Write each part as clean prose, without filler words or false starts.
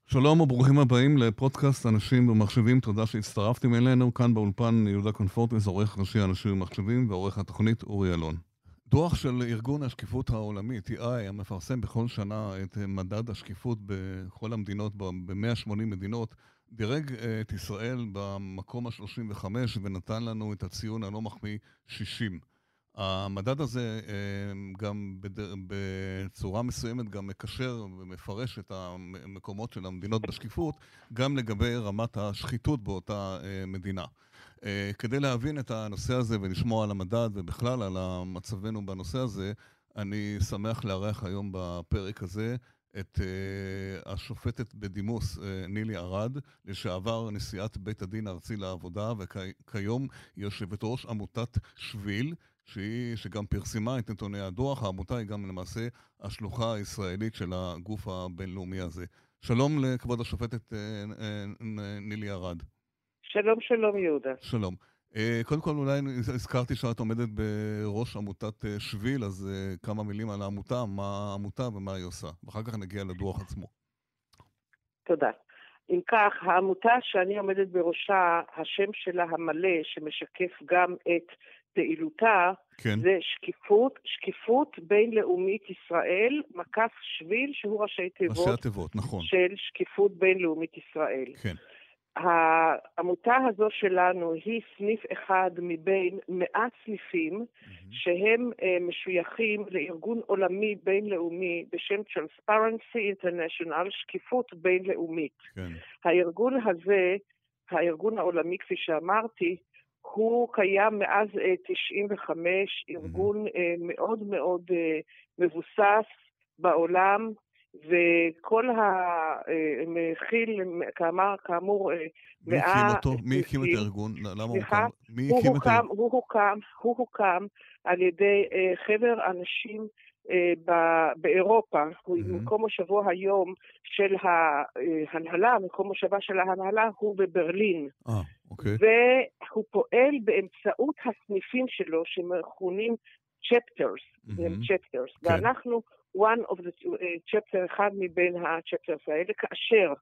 שלום וברוכים הבאים לפודקאסט אנשים ומחשבים. תודה שהצטרפתם אלינו. כאן באולפן יהודה קונפורטס, עורך ראשי אנשים ומחשבים, ועורך התוכנית אורי אלון. דוח של ארגון השקיפות העולמי, TI, המפרסם בכל שנה את מדד השקיפות בכל המדינות, ב-180 מדינות, דירג את ישראל במקום ה-35 ונתן לנו את הציון הלא מחמיא 60. המדד הזה גם בצורה מסוימת גם מקשר ומפרש את המקומות של המדינות בשקיפות, גם לגבי רמת השחיתות באותה מדינה. כדי להבין את הנושא הזה ולשמוע על המדד ובכלל על מצבנו בנושא הזה, אני שמח לארח היום בפרק הזה את השופטת בדימוס נילי ארד, לשעבר נשיאת בית הדין הארצי לעבודה, וכיום היא יושבת ראש עמותת שביל, שגם פרסמה את נתוני הדוח. העמותה היא גם למעשה השלוחה הישראלית של הגוף הבינלאומי הזה. שלום לכבוד השופטת נילי ארד. שלום יהודה. שלום. קודם כל אולי הזכרתי שאת עומדת בראש עמותת שביל, אז כמה מילים על העמותה, מה העמותה ומה היא עושה, ואחר כך נגיע לדוח עצמו. תודה. אם כך, העמותה שאני עומדת בראשה, השם שלה המלא שמשקף גם את פעילותה, כן. זה שקיפות בינלאומית ישראל, מקף שביל, שהוא ראשי התיבות, נכון. של שקיפות בינלאומית ישראל. כן. העמותה הזו שלנו היא סניף אחד מבין 100 סניפים שהם משויכים לארגון עולמי בינלאומי בשם Transparency International, שקיפות בינלאומית. כן. הארגון העולמי, כפי שאמרתי, הוא קיים מאז 95, ארגון מאוד מאוד מבוסס בעולם, וכל המכיל, כאמור, מי הקים את הארגון? הוא הוקם על ידי חבר אנשים באירופה. מקום מושבו היום של ההנהלה, מקום מושבה של ההנהלה הוא בברלין. אוקיי. והוא פועל באמצעות הסניפים שלו שמכונים chapters, ואנחנו one of the chapter, אחד מבין ה-chapters האלה, כאשר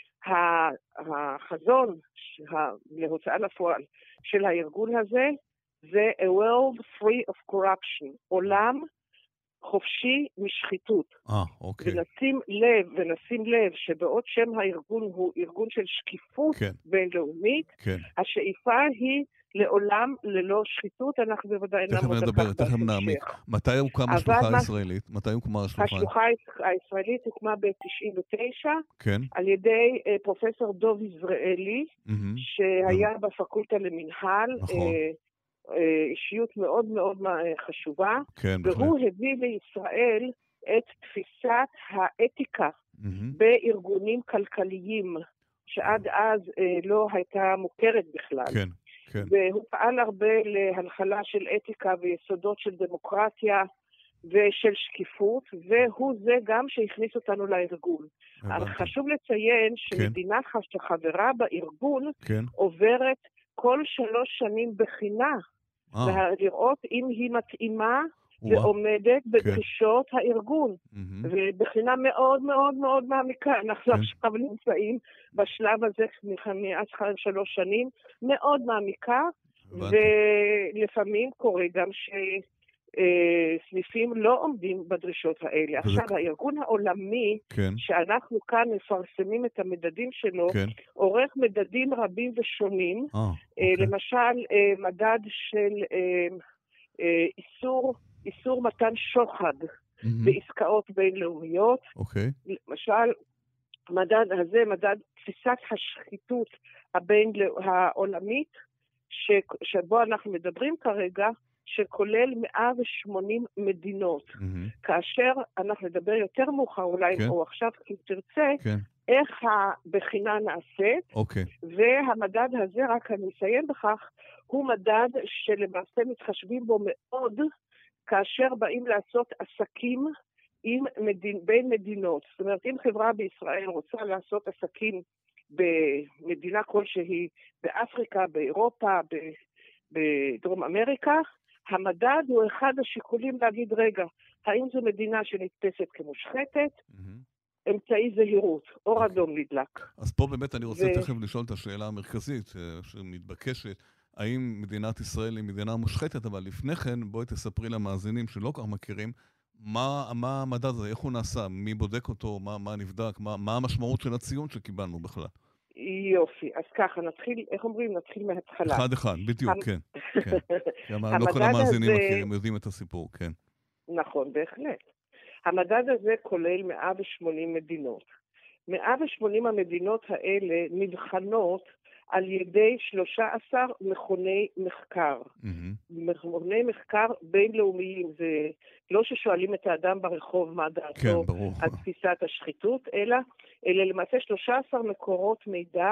החזון להוצאה לפועל של הארגון הזה זה a world free of corruption, עולם חופשי משחיתות. אוקיי. ונשים לב שבעוד שם הארגון הוא ארגון של שקיפות בינלאומית, השאיפה היא לעולם ללא שחיתות. אנחנו בוודאי נעמוד על כך תכף נעמיק. מתי הוקמה השלוחה הישראלית? השלוחה הישראלית הוקמה ב-99 על ידי פרופסור דוב יזרעאלי, שהיה בפקולטה למנהל, אישיות מאוד מאוד חשובה, והוא הביא לישראל את תפיסת האתיקה בארגונים כלכליים, שעד אז לא הייתה מוכרת בכלל. כן. והוא פעל הרבה להנחלה של אתיקה ויסודות של דמוקרטיה ושל שקיפות, והוא זה גם שהכניס אותנו לארגון. חשוב לציין שמדינה שחברה בארגון עוברת כל 3 שנים בחינה, לראות אם היא מתאימה ועומדת בדרישות הארגון. ובחינה מאוד מאוד מאוד מעמיקה. אנחנו עכשיו נמצאים בשלב הזה מאז 3 שנים, מאוד מעמיקה, ולפעמים קורה גם שסניפים לא עומדים בדרישות האלה. עכשיו, הארגון העולמי, שאנחנו כאן מפרסמים את המדדים שלו, עורך מדדים רבים ושונים, למשל מדד של איסור מתן שוחד בעסקאות בינלאומיות. למשל, מדד הזה, מדד תפיסת השחיתות העולמית, שבו אנחנו מדברים כרגע, שכולל 180 מדינות. כאשר אנחנו נדבר יותר מאוחר, אולי או עכשיו כי תרצה, איך הבחינה נעשית, והמדד הזה, רק אני אסיים בכך, הוא מדד שלמעשה מתחשבים בו מאוד, כאשר באים לעשות עסקים בין מדינות. זאת אומרת, אם חברה בישראל רוצה לעשות עסקים במדינה כלשהי, באפריקה, באירופה, בדרום אמריקה, המדד הוא אחד השיקולים להגיד, רגע, האם זו מדינה שנתפסת כמושחתת, אמצעי זהירות, אור אדום נדלק. אז פה באמת אני רוצה תכף לשאול את השאלה המרכזית שמתבקשת, האם מדינת ישראל היא מדינה מושחתת, אבל לפני כן בואי תספרי למאזינים שלא כך מכירים, מה המדד הזה, איך הוא נעשה, מי בודק אותו, מה נבדק, מה המשמעות של הציון שקיבלנו בכלל. יופי, אז ככה, נתחיל, איך אומרים? נתחיל מההתחלה. אחד, בדיוק, כן. לא כל המאזינים יודעים את הסיפור, כן. נכון, בהחלט. המדד הזה כולל 180 מדינות. 180 המדינות האלה נבחנות על ידי 13 מכוני מחקר. מכוני מחקר בינלאומיים, זה לא ששואלים את האדם ברחוב מה דעתו על תפיסת השחיתות, אלא למעשה 13 מקורות מידע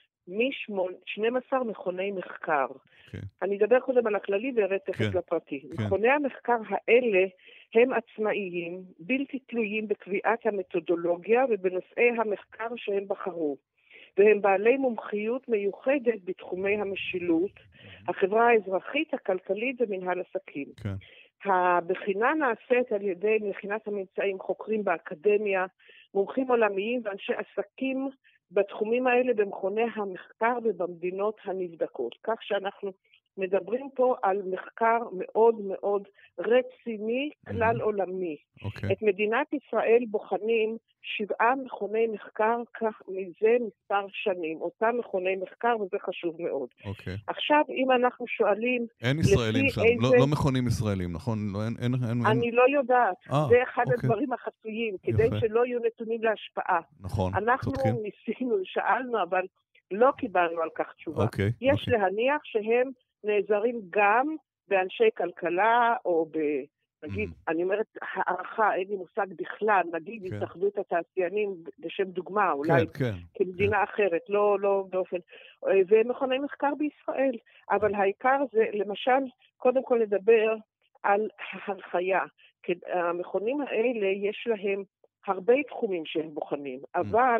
מ-12 מכוני מחקר. אני אדבר קודם על הכללי וארד תכף לפרטי. מכוני המחקר האלה הם עצמאיים, בלתי תלויים בקביעת המתודולוגיה ובנושאי המחקר שהם בחרו. והם בעלי מומחיות מיוחדת בתחומי המשילות, החברה האזרחית, הכלכלית ומנהל עסקים. הבחינה נעשית על ידי מכינת הממצאים, חוקרים באקדמיה, מומחים עולמיים ואנשי עסקים בתחומים האלה במכוני המחקר ובמדינות הנבדקות. כך שאנחנו מדברים פה על מחקר מאוד מאוד רציני, כלל עולמי. את מדינת ישראל בוחנים 7 מכוני מחקר כך מזה מספר שנים, אותם מכוני מחקר, וזה חשוב מאוד. עכשיו, אם אנחנו שואלים... אין ישראלים שם, לא מכונים ישראלים, נכון? אני לא יודעת, זה אחד הדברים החסויים, כדי שלא יהיו נתונים להשפעה. נכון, אנחנו ניסינו, שאלנו, אבל לא קיבלנו על כך תשובה. יש להניח שהם נעזרים גם באנשי כלכלה, או נגיד, אני אומרת, הערכה, אין לי מושג בכלל, נגיד, התאחדות התעשיינים, בשם דוגמה, אולי כמדינה אחרת, לא באופן, ומכוני מחקר בישראל. אבל העיקר זה, למשל, קודם כל לדבר על ההנחיה. המכונים האלה, יש להם הרבה תחומים שהם בוחנים, אבל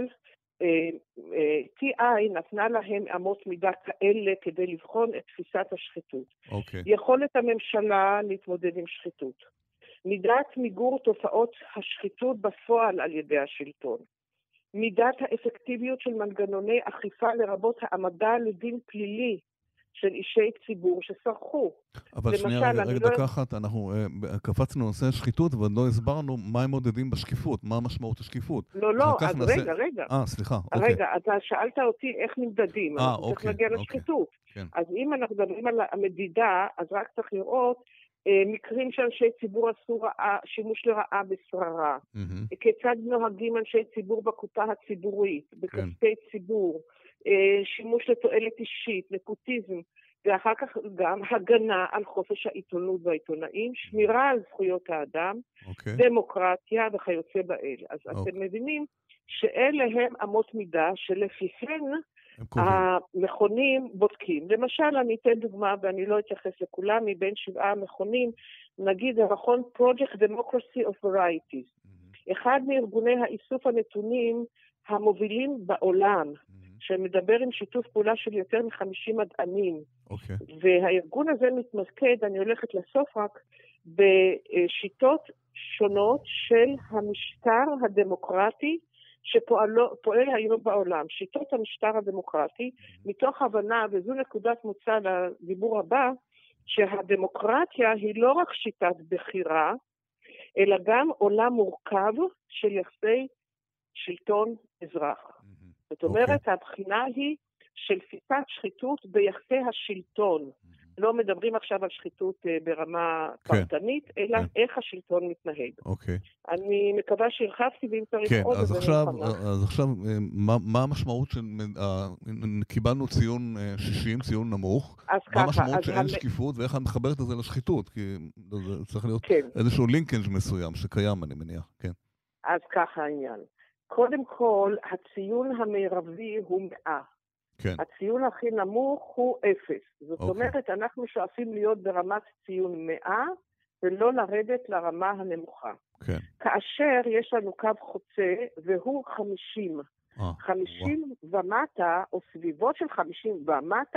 TI נתנה להם אמות מידה כאלה כדי לבחון את תפיסת השחיתות. יכולת הממשלה להתמודד עם שחיתות. מידת מיגור תופעות השחיתות בפועל על ידי השלטון. מידת האפקטיביות של מנגנוני אכיפה לרבות העמדה לדין פלילי של אישי ציבור שסרחו. אבל שנייה, רגע דקה אחת, אנחנו קפצנו נושא השחיתות, אבל לא הסברנו מה הם מודדים בשקיפות, מה משמעות השקיפות. לא, אז רגע. סליחה. רגע, אתה שאלת אותי איך נמדדים, אנחנו צריך להגיע לשחיתות. אז אם אנחנו מדברים על המדידה, אז רק צריך לראות מקרים שאנשי ציבור עשו שימוש לרעה בשררה. כיצד נוהגים אנשי ציבור בקופה הציבורית, בכספי ציבור, שימוש לתועלת אישית, נפוטיזם, ואחר כך גם הגנה על חופש העיתונות והעיתונאים, שמירה על זכויות האדם, דמוקרטיה וכיוצא באל. אז אתם מבינים שאלה הם אמות מידה שלפיהן המכונים בודקים. למשל, אני אתן דוגמה, ואני לא אתייחס לכולם, מבין 7 מכונים, נגיד המכון Project Democracy of Varieties, אחד מארגוני האיסוף הנתונים המובילים בעולם, שמדבר עם שיתוף פעולה של יותר מ-50 מדענים. והארגון הזה מתמקד, אני הולכת לסוף רק, בשיטות שונות של המשטר הדמוקרטי, שפועל היום בעולם. שיטות המשטר הדמוקרטי, מתוך הבנה, וזו נקודת מוצא לדיבור הבא, שהדמוקרטיה היא לא רק שיטת בחירה, אלא גם עולם מורכב של יחסי שלטון אזרח. זאת אומרת, הבחינה היא של תפיסת שחיתות ביחסי השלטון. לא מדברים עכשיו על שחיתות ברמה פרטנית, אלא איך השלטון מתנהג. אני מקווה שהרחבתי, ואם צריך עוד, אז עכשיו, מה המשמעות של, קיבלנו ציון 60, ציון נמוך, מה המשמעות שאין שקיפות, ואיך את מחברת את זה לשחיתות? כי זה צריך להיות איזשהו לינקג' מסוים שקיים, אני מניח. אז ככה העניין. קודם כל, הציון המרבי הוא 100. הציון הכי נמוך הוא 0. זאת אומרת, אנחנו שואפים להיות ברמת ציון 100, ולא לרדת לרמה הנמוכה. כאשר יש לנו קו חוצה, והוא 50. 50 ומטה, או סביבות של 50 ומטה,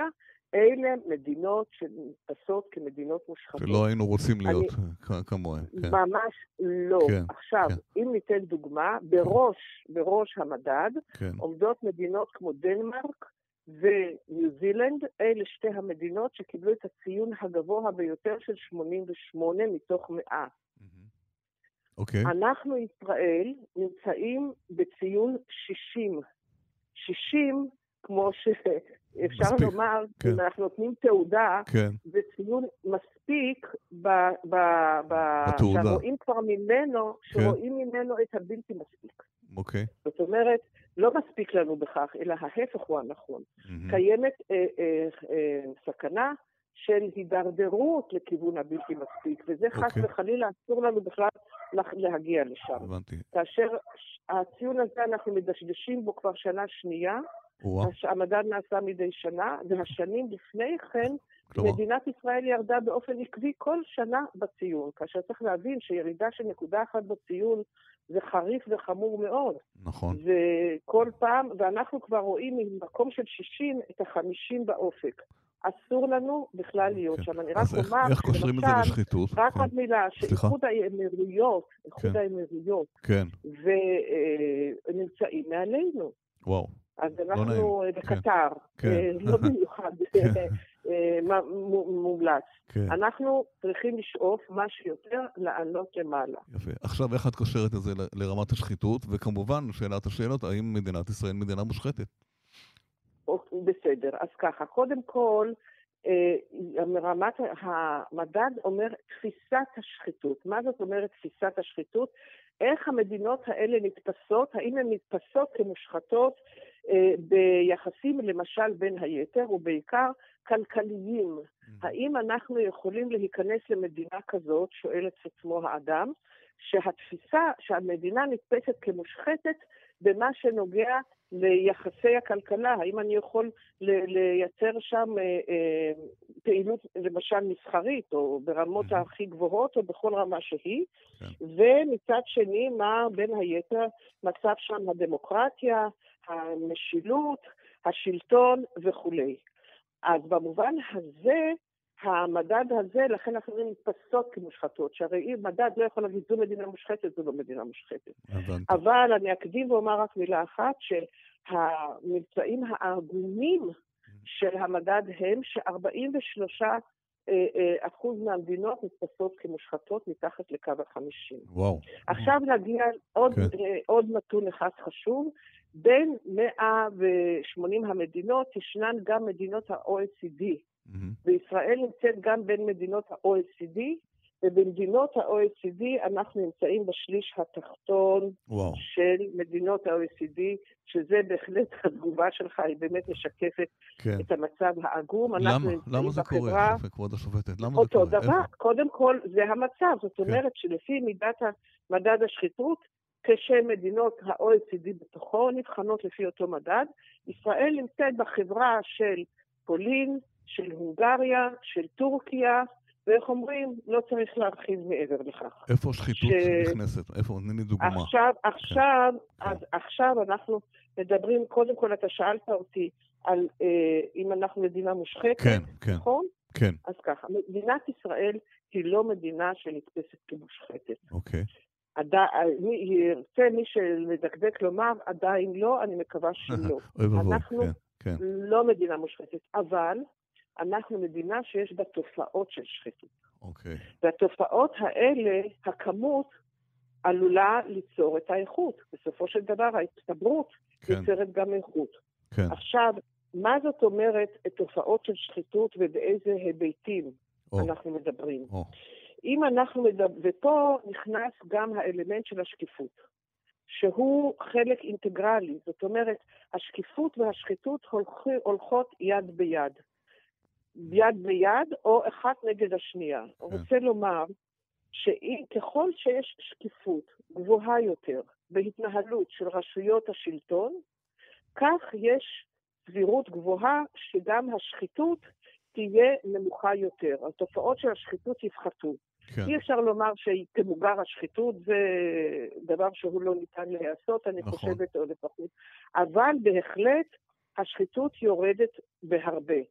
אלה מדינות שנתפסות כמדינות מושחתות. שלא היינו רוצים להיות כמוהם. כן. ממש לא. כן, עכשיו, כן. אם ניתן דוגמה, בראש המדד כן. עומדות מדינות כמו דנמרק וניו זילנד, אלה שתי המדינות שקיבלו את הציון הגבוה ביותר של 88 מתוך 100. אוקיי. אנחנו, ישראל, נמצאים בציון 60. 60, כמו שאפשר מספיק. לומר, כן. אם אנחנו נותנים תעודה, כן. זה ציון מספיק בתעודה. שרואים ממנו את הבלתי מספיק. אוקיי. זאת אומרת, לא מספיק לנו בכך, אלא ההפך הוא הנכון. קיימת סכנה של הידרדרות לכיוון הבלתי מספיק, וזה חס וחלילה אסור לנו בכלל להגיע לשם. הבנתי. כאשר הציון הזה אנחנו מדשדשים בו כבר שנה שנייה, המדד נעשה מדי שנה, והשנים לפני כן, מדינת ישראל ירדה באופן עקבי כל שנה בציון, כאשר צריך להבין שירידה של נקודה אחת בציון זה חריף וחמור מאוד. נכון. וכל פעם, ואנחנו כבר רואים ממקום של 60 את ה-50 באופק. אסור לנו בכלל להיות שם. אני רק אומר, איך קושרים את זה לשחיתות? רק עוד מילה, שאיחוד האמירויות, ונמצאים מעלינו. וואו. אז אנחנו בקטר, לא במיוחד מומלץ. אנחנו צריכים לשאוף מה שיותר לעלות למעלה. יפה. עכשיו איך את קושרת את זה לרמת השחיתות? וכמובן, שאלת השאלות, האם מדינת ישראל מדינה מושחתת? בסדר, אז ככה, קודם כל, רמת המדד אומר תפיסת השחיתות. מה זאת אומרת תפיסת השחיתות? איך המדינות האלה נתפסות, האם הן נתפסות כמושחתות ביחסים למשל בין היתר ובעיקר כלכליים. האם אנחנו יכולים להיכנס למדינה כזאת, שואל את עצמו האדם, שהתפיסה שהמדינה נתפסת כמושחתת במה שנוגע ליחסי הכלכלה, האם אני יכול לייצר שם פעילות למשל מסחרית או ברמות הכי גבוהות או בכל רמה שהיא, ומצד שני מה בין היתר מצב שם הדמוקרטיה, המשילות, השלטון וכו'. אז במובן הזה, המדד הזה, לכן אנחנו נתפסות כמושחתות, שהרי אם מדד לא יכול להגיד זו מדינה מושחתת, זו לא מדינה מושחתת. אבל אני אקדים ואומר רק מילה אחת, שהממצאים העגומים של המדד הם ש43% מהמדינות נתפסות כמושחתות מתחת לקו ה-50. וואו. עכשיו נגיע עוד נתון אחד חשוב, בין 180 המדינות ישנן גם מדינות ה-OECD, וישראל נמצאת גם בין מדינות ה-OECD, ובמדינות ה-OECD אנחנו נמצאים בשליש התחתון של מדינות ה-OECD, שזה בהחלט התגובה שלך, היא באמת משקפת את המצב העגום. למה זה קורה, כבוד השופטת? למה זה אותו דבר, קודם כל זה המצב, זאת אומרת שלפי מידת מדד השחיתות, כשמדינות ה-OECD בתוכו נבחנות לפי אותו מדד, ישראל נמצאת בחברה של פולין, של הונגריה, של טורקיה, ואיך אומרים, לא צריך להרחיב מעבר לכך. איפה שחיתות נכנסת? איפה? תני דוגמה. עכשיו אנחנו מדברים, קודם כל אתה שאלת אותי על אם אנחנו מדינה מושחתת, נכון? כן. אז ככה, מדינת ישראל היא לא מדינה שנתפסת כמושחתת. אוקיי. ירצה מי שמדקדק לומר, עדיין לא, אני מקווה שלא. אנחנו לא מדינה מושחתת, אבל אנחנו מדינה שיש בה תופעות של שחיתות. והתופעות האלה, הכמות עלולה ליצור את האיכות. בסופו של דבר, ההצטברות יוצרת גם איכות. עכשיו, מה זאת אומרת תופעות של שחיתות ובאיזה היבטים אנחנו מדברים? אם אנחנו ופה נכנס גם האלמנט של השקיפות, שהוא חלק אינטגרלי. זאת אומרת, השקיפות והשחיתות הולכות יד ביד. יד ביד או אחת נגד השנייה. אני רוצה לומר שככל שיש שקיפות גבוהה יותר בהתנהלות של רשויות השלטון, כך יש סבירות גבוהה שגם השחיתות תהיה נמוכה יותר. התופעות של השחיתות יפחתו. אי אפשר לומר שהיא תמוגר השחיתות, זה דבר שהוא לא ניתן לעשות, אני חושבת או לפחות. אבל בהחלט השחיתות יורדת בהרבה.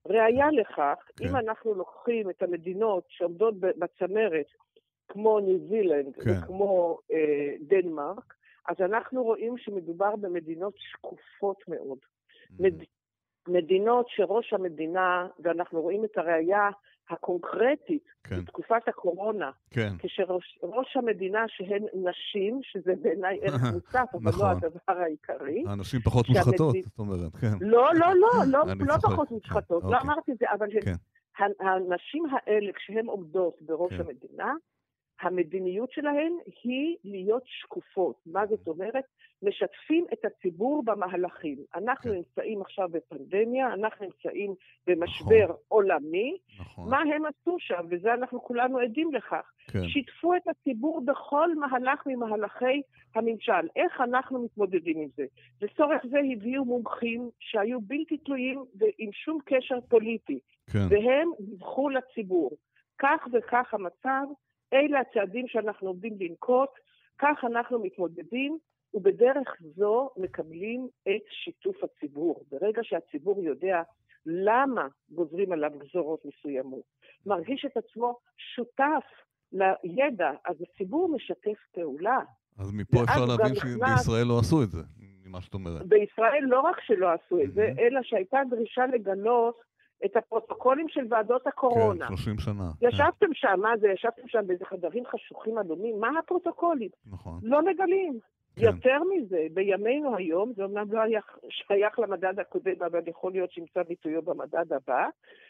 ראיה לכך, כן. אם אנחנו לוקחים את המדינות שעומדות בצמרת, כמו ניו זילנד כן. וכמו דנמרק, אז אנחנו רואים שמדובר במדינות שקופות מאוד. מדינות שראש המדינה, ואנחנו רואים את הראייה הקונקרטית, כן. בתקופת הקורונה, כן. כשראש המדינה שהן נשים, שזה בעיניי ערך מוסף, אבל לא הדבר העיקרי. האנשים פחות מושחתות, זאת אומרת, כן. לא פחות מושחתות, לא אמרתי את זה, אבל הנשים האלה, כשהן עומדות בראש המדינה, המדיניות שלהן היא להיות שקופות. מה זאת אומרת? משתפים את הציבור במהלכים. אנחנו נמצאים עכשיו בפנדמיה, אנחנו נמצאים במשבר עולמי. מה הם עשו שם? וזה אנחנו כולנו עדים לכך. שיתפו את הציבור בכל מהלך ממהלכי הממשל. איך אנחנו מתמודדים עם זה? לצורך זה הביאו מומחים שהיו בלתי תלויים ועם שום קשר פוליטי. והם דיווחו לציבור. כך וכך המצב, אלה הצעדים שאנחנו עומדים לנקוט, כך אנחנו מתמודדים, ובדרך זו מקבלים את שיתוף הציבור. ברגע שהציבור יודע למה גוזרים עליו גזורות מסוימות, מרגיש את עצמו שותף לידע, אז הציבור משתף פעולה. אז מפה אפשר להבין שבישראל לא עשו את זה, ממה שאת אומרת. בישראל לא רק שלא עשו את זה, אלא שהייתה דרישה לגלות את הפרוטוקולים של ועדות הקורונה. כן, 30 שנה. ישבתם שם, מה זה? ישבתם שם באיזה חדרים חשוכים אדומים, מה הפרוטוקולים? נכון. לא מגלים. כן. יותר מזה, בימינו היום, זה אומנם לא היה שייך למדד הקודם, אבל יכול להיות שימצא ביטויו במדד הבא,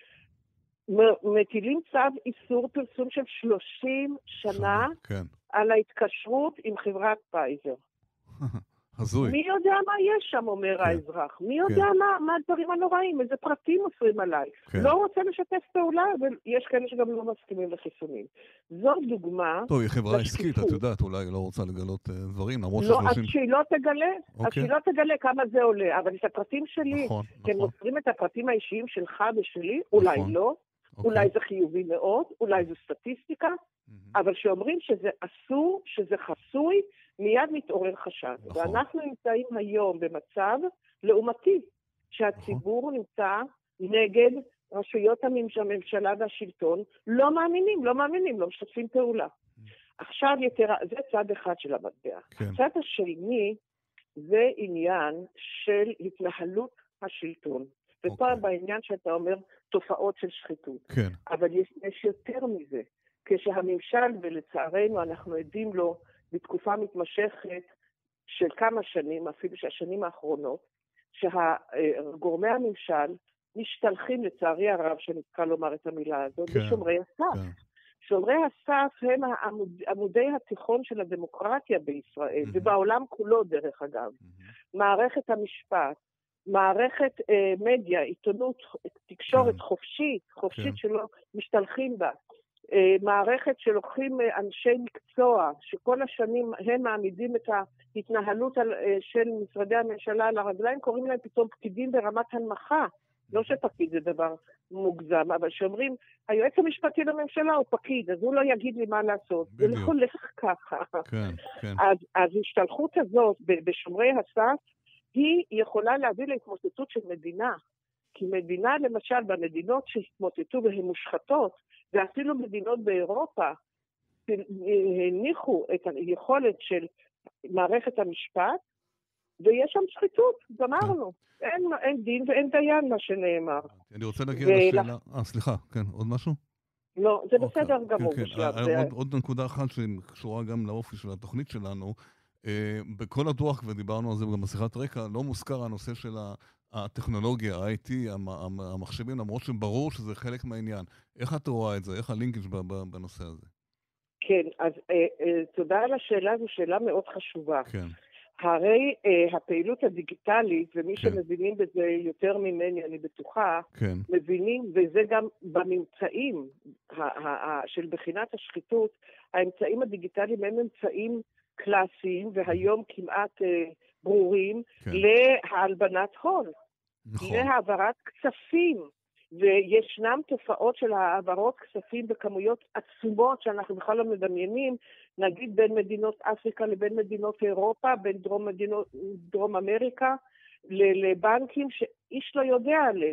מטילים צו איסור פרסום של 30 שנה כן. על ההתקשרות עם חברת פייזר. הזוי. מי יודע מה יש שם, אומר האזרח? מי יודע מה הדברים הנוראים? איזה פרטים מוסרים עליי? לא רוצה לשתף פעולה, ויש כאלה שגם לא מסכימים לחיסונים. זו דוגמה... טוב, היא חברה עסקית, את יודעת, אולי היא לא רוצה לגלות דברים, למרות לא, אז שהיא לא תגלה, אז שהיא לא תגלה כמה זה עולה, אבל את הפרטים שלי, הם מוסרים את הפרטים האישיים שלך ושלי, אולי לא, אולי זה חיובי מאוד, אולי זו סטטיסטיקה, אבל שאומרים שזה אסור, שזה חסוי, מיד מתעורר חשד. ואנחנו נמצאים היום במצב לעומתי, שהציבור נמצא נגד רשויות הממשלה והשלטון, לא מאמינים, לא משתפים פעולה. עכשיו זה צד אחד של המטבע. הצד השני זה עניין של התנהלות השלטון. ופה בעניין שאתה אומר תופעות של שחיתות. אבל יש יותר מזה. כשהממשל, ולצערנו אנחנו עדים לו בתקופה מתמשכת של כמה שנים, אפילו שהשנים האחרונות, שגורמי הממשל משתלחים, לצערי הרב, שאני צריכה לומר את המילה הזאת, בשומרי הסף. שומרי הסף הם עמודי התיכון של הדמוקרטיה בישראל, ובעולם כולו דרך אגב. מערכת המשפט, מערכת מדיה, עיתונות, תקשורת חופשית שלא משתלחים בה. מערכת שלוקחים אנשי מקצוע, שכל השנים הם מעמידים את ההתנהלות של משרדי הממשלה על הרגליים, קוראים להם פתאום פקידים ברמת הנמכה. לא שפקיד זה דבר מוגזם, אבל שאומרים, היועץ המשפטי לממשלה הוא פקיד, אז הוא לא יגיד לי מה לעשות. זה לא הולך ככה. אז ההשתלחות הזאת בשומרי הסף, היא יכולה להביא להתמוטטות של מדינה. כי מדינה, למשל, במדינות שהתמוטטו והן מושחתות, ואפילו מדינות באירופה, הניחו את היכולת של מערכת המשפט, ויש שם שחיתות, גמרנו. אין דין ואין דיין, מה שנאמר. אני רוצה להגיע לשאלה... סליחה, כן, עוד משהו? לא, זה בסדר גמור. עוד נקודה אחת שקשורה גם לאופי של התוכנית שלנו, בכל הדוח, ודיברנו על זה גם בשיחת רקע, לא מוזכר הנושא של הטכנולוגיה, ה-IT, המחשבים, למרות שברור שזה חלק מהעניין. איך את רואה את זה? איך הלינקג' בנושא הזה? כן, אז תודה על השאלה, זו שאלה מאוד חשובה. כן. הרי הפעילות הדיגיטלית, ומי שמבינים בזה יותר ממני, אני בטוחה, מבינים, וזה גם בממצאים של בחינת השחיתות, האמצעים הדיגיטליים הם אמצעים קלאסיים, והיום כמעט ברורים, להלבנת הון, להעברת כספים, וישנם תופעות של העברות כספים בכמויות עצומות שאנחנו בכלל לא מדמיינים, נגיד בין מדינות אפריקה לבין מדינות אירופה, בין דרום אמריקה לבנקים שאיש לא יודע עליהם.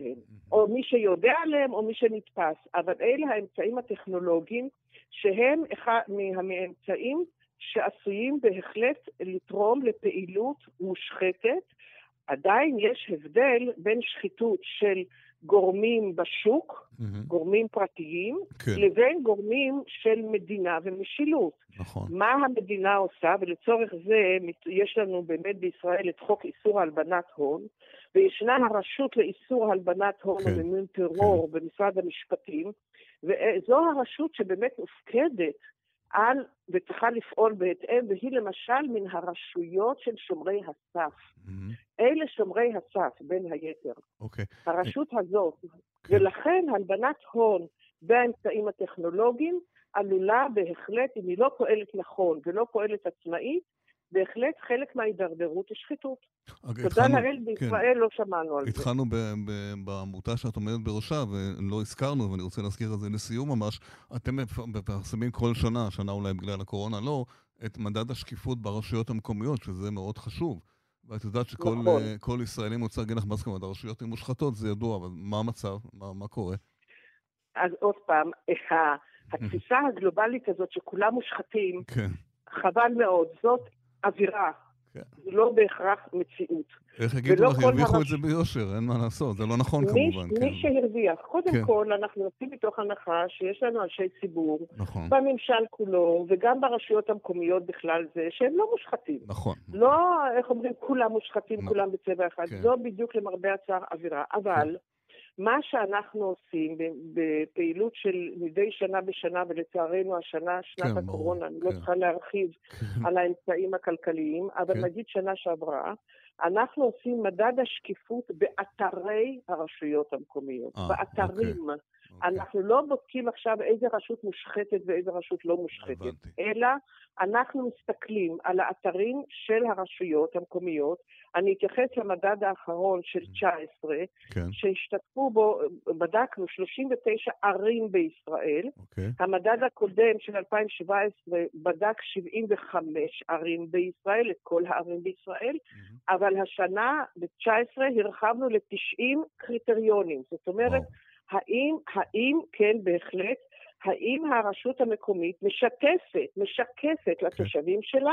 או מי שיודע עליהם, או מי שנתפס. אבל אלה האמצעים הטכנולוגיים, שהם אחד מהאמצעים שעשויים בהחלט לתרום לפעילות מושחתת. עדיין יש הבדל בין שחיתות של גורמים בשוק, גורמים פרטיים, לבין גורמים של מדינה ומשילות. נכון. מה המדינה עושה, ולצורך זה יש לנו באמת בישראל את חוק איסור הלבנת הון, וישנה הרשות לאיסור הלבנת הון ומימון טרור במשרד המשפטים, וזו הרשות שבאמת מופקדת על וצריכה לפעול בהתאם, והיא למשל מן הרשויות של שומרי הסף. אלה שומרי הסף בין היתר. הרשות הזאת. ולכן הלבנת הון באמצעים הטכנולוגיים עלולה בהחלט, אם היא לא פועלת נכון ולא פועלת עצמאית, בהחלט חלק מההידרדרות לשחיתות. תודה לאל, בישראל לא שמענו על זה. התחלנו בעמותה שאת עומדת בראשה, ולא הזכרנו, ואני רוצה להזכיר את זה לסיום ממש, אתם מפרסמים כל שנה, שנה אולי בגלל הקורונה לא, את מדד השקיפות ברשויות המקומיות, שזה מאוד חשוב. ואת יודעת שכל ישראלי מוצא להגיד לך מה זאת אומרת, הרשויות הן מושחתות, זה ידוע, אבל מה המצב? מה קורה? אז עוד פעם, התפיסה הגלובלית הזאת שכולם מושחתים, חבל מאוד, זאת אווירה, זה לא בהכרח מציאות. איך יגידו לך, הרוויחו את זה ביושר, אין מה לעשות, זה לא נכון כמובן. מי שהרוויח, קודם כל אנחנו נוצאים מתוך הנחה שיש לנו אנשי ציבור, בממשל כולו, וגם ברשויות המקומיות בכלל זה, שהם לא מושחתים. נכון. לא, איך אומרים, כולם מושחתים, כולם בצבע אחד, זו בדיוק למרבה הצער אווירה, אבל מה שאנחנו עושים בפעילות של מדי שנה בשנה, ולצערנו השנה, שנת הקורונה, אני לא צריכה להרחיב על האמצעים הכלכליים, אבל נגיד שנה שעברה, אנחנו עושים מדד השקיפות באתרי הרשויות המקומיות, באתרים. אנחנו לא בודקים עכשיו איזה רשות מושחתת ואיזה רשות לא מושחתת, אלא אנחנו מסתכלים על האתרים של הרשויות המקומיות. אני אתייחס למדד האחרון של 19, שהשתתפו בו, בדקנו 39 ערים בישראל. המדד הקודם של 2017 בדק 75 ערים בישראל, את כל הערים בישראל, אבל השנה ב-19 הרחבנו ל-90 קריטריונים. זאת אומרת, האם כן בהחלט, האם הרשות המקומית משקפת לתושבים שלה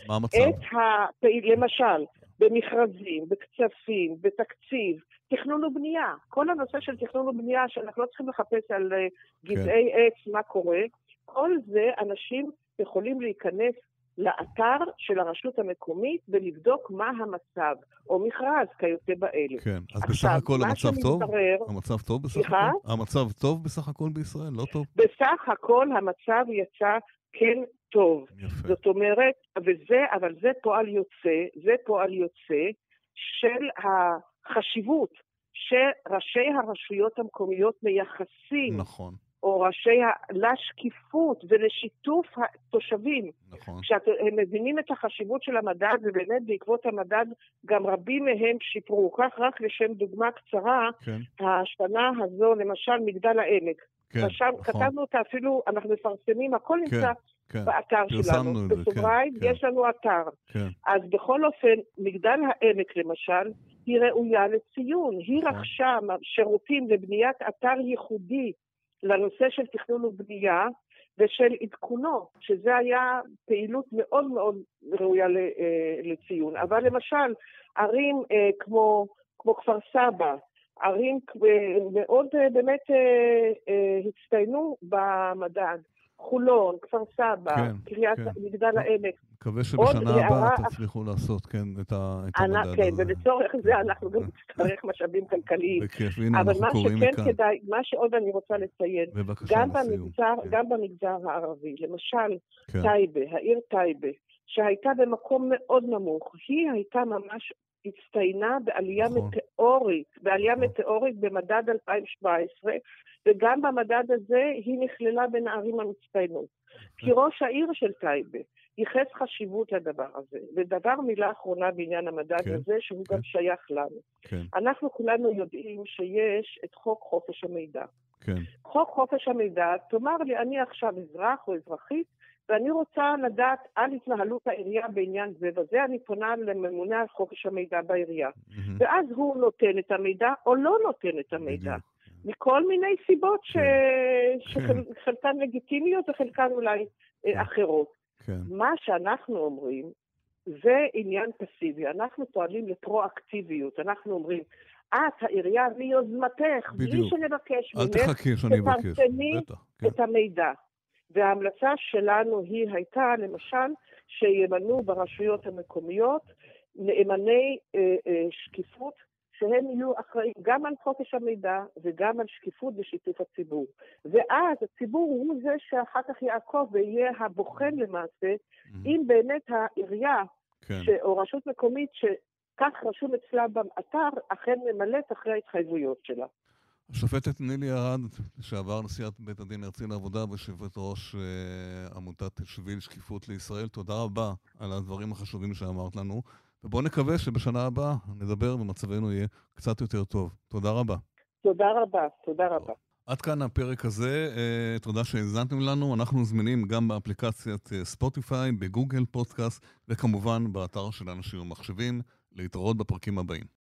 למשל, במכרזים, בקצפים, בתקציב, תכנון ובנייה. כל הנושא של תכנון ובנייה, שאנחנו לא צריכים לחפש על גזעי עץ מה קורה, כל זה אנשים יכולים להיכנס לאתר של הרשות המקומית ולבדוק מה המצב, או מכרז כיוצא באלה. כן, אז בסך הכל המצב טוב? המצב טוב בסך הכל? המצב טוב בסך הכל בישראל? לא טוב? בסך הכל המצב יצא כן טוב. יפה. זאת אומרת, אבל זה פועל יוצא של החשיבות שראשי הרשויות המקומיות מייחסים. נכון. או לשקיפות ולשיתוף התושבים. נכון. כשהם מבינים את החשיבות של המדד, ובאמת בעקבות המדד גם רבים מהם שיפרו. כך רק לשם דוגמה קצרה, השנה הזו, למשל מגדל העמק. כתבנו אותה אפילו, אנחנו מפרסמים, הכל נמצא באתר שלנו. בסוגריים, יש לנו אתר. אז בכל אופן, מגדל העמק למשל, היא ראויה לציון. היא רכשה שירותים לבניית אתר ייחודי, לנושא של תכנון ובנייה ושל עדכונו, שזה היה פעילות מאוד מאוד ראויה לציון. אבל למשל, ערים כמו כפר סבא, ערים מאוד באמת הצטיינו במדד. חולון, כפר סבא, קריית מגדל העמק. מקווה שבשנה הבאה תצליחו לעשות את המדד הזה. ולצורך זה אנחנו גם נצטרך משאבים כלכליים. בכיף, הנה אנחנו קוראים מכאן. מה שעוד אני רוצה לציין, גם במגזר הערבי, למשל טייבה, העיר טייבה, שהייתה במקום מאוד נמוך, היא הייתה ממש הצטיינה בעלייה מטאורית במדד 2017, וגם במדד הזה היא נכללה בין הערים המצטיינות. כי ראש העיר של טייבה ייחס חשיבות לדבר הזה. ודבר מילה אחרונה בעניין המדד הזה, שהוא גם שייך לנו. אנחנו כולנו יודעים שיש את חוק חופש המידע. חוק חופש המידע, תאמר לי, אני עכשיו אזרח או אזרחית, ואני רוצה לדעת על התנהלות העירייה בעניין זה, וזה אני פונה לממונה על חופש המידע בעירייה. ואז הוא נותן את המידע או לא נותן את המידע. מכל מיני סיבות שחלקן לגיטימיות וחלקן אולי אחרות. מה שאנחנו אומרים, זה עניין פסיבי. אנחנו פועלים לפרואקטיביות. אנחנו אומרים, העירייה מיוזמתך, בלי שנבקש ממך, תפרסמי את המידע. וההמלצה שלנו היא הייתה, למשל, שימנו ברשויות המקומיות נאמני שקיפות, שהם יהיו אחראים גם על חופש המידע וגם על שקיפות ושיתוף הציבור. ואז הציבור הוא זה שאחר כך יעקוב ויהיה הבוחן למעשה, אם באמת העירייה או רשות מקומית שכך רשום אצלה באתר, אכן ממלאת אחרי ההתחייבויות שלה. השופטת נילי ארד, שעבר נשיאת בית הדין הארצי לעבודה ויושבת ראש עמותת שביל שקיפות לישראל, תודה רבה על הדברים החשובים שאמרת לנו, ובואו נקווה שבשנה הבאה נדבר ומצבנו יהיה קצת יותר טוב. תודה רבה. תודה רבה, תודה רבה. עד כאן הפרק הזה, תודה שהזנתם לנו, אנחנו זמינים גם באפליקציית ספוטיפיי, בגוגל פודקאסט, וכמובן באתר של אנשים ומחשבים, להתראות בפרקים הבאים.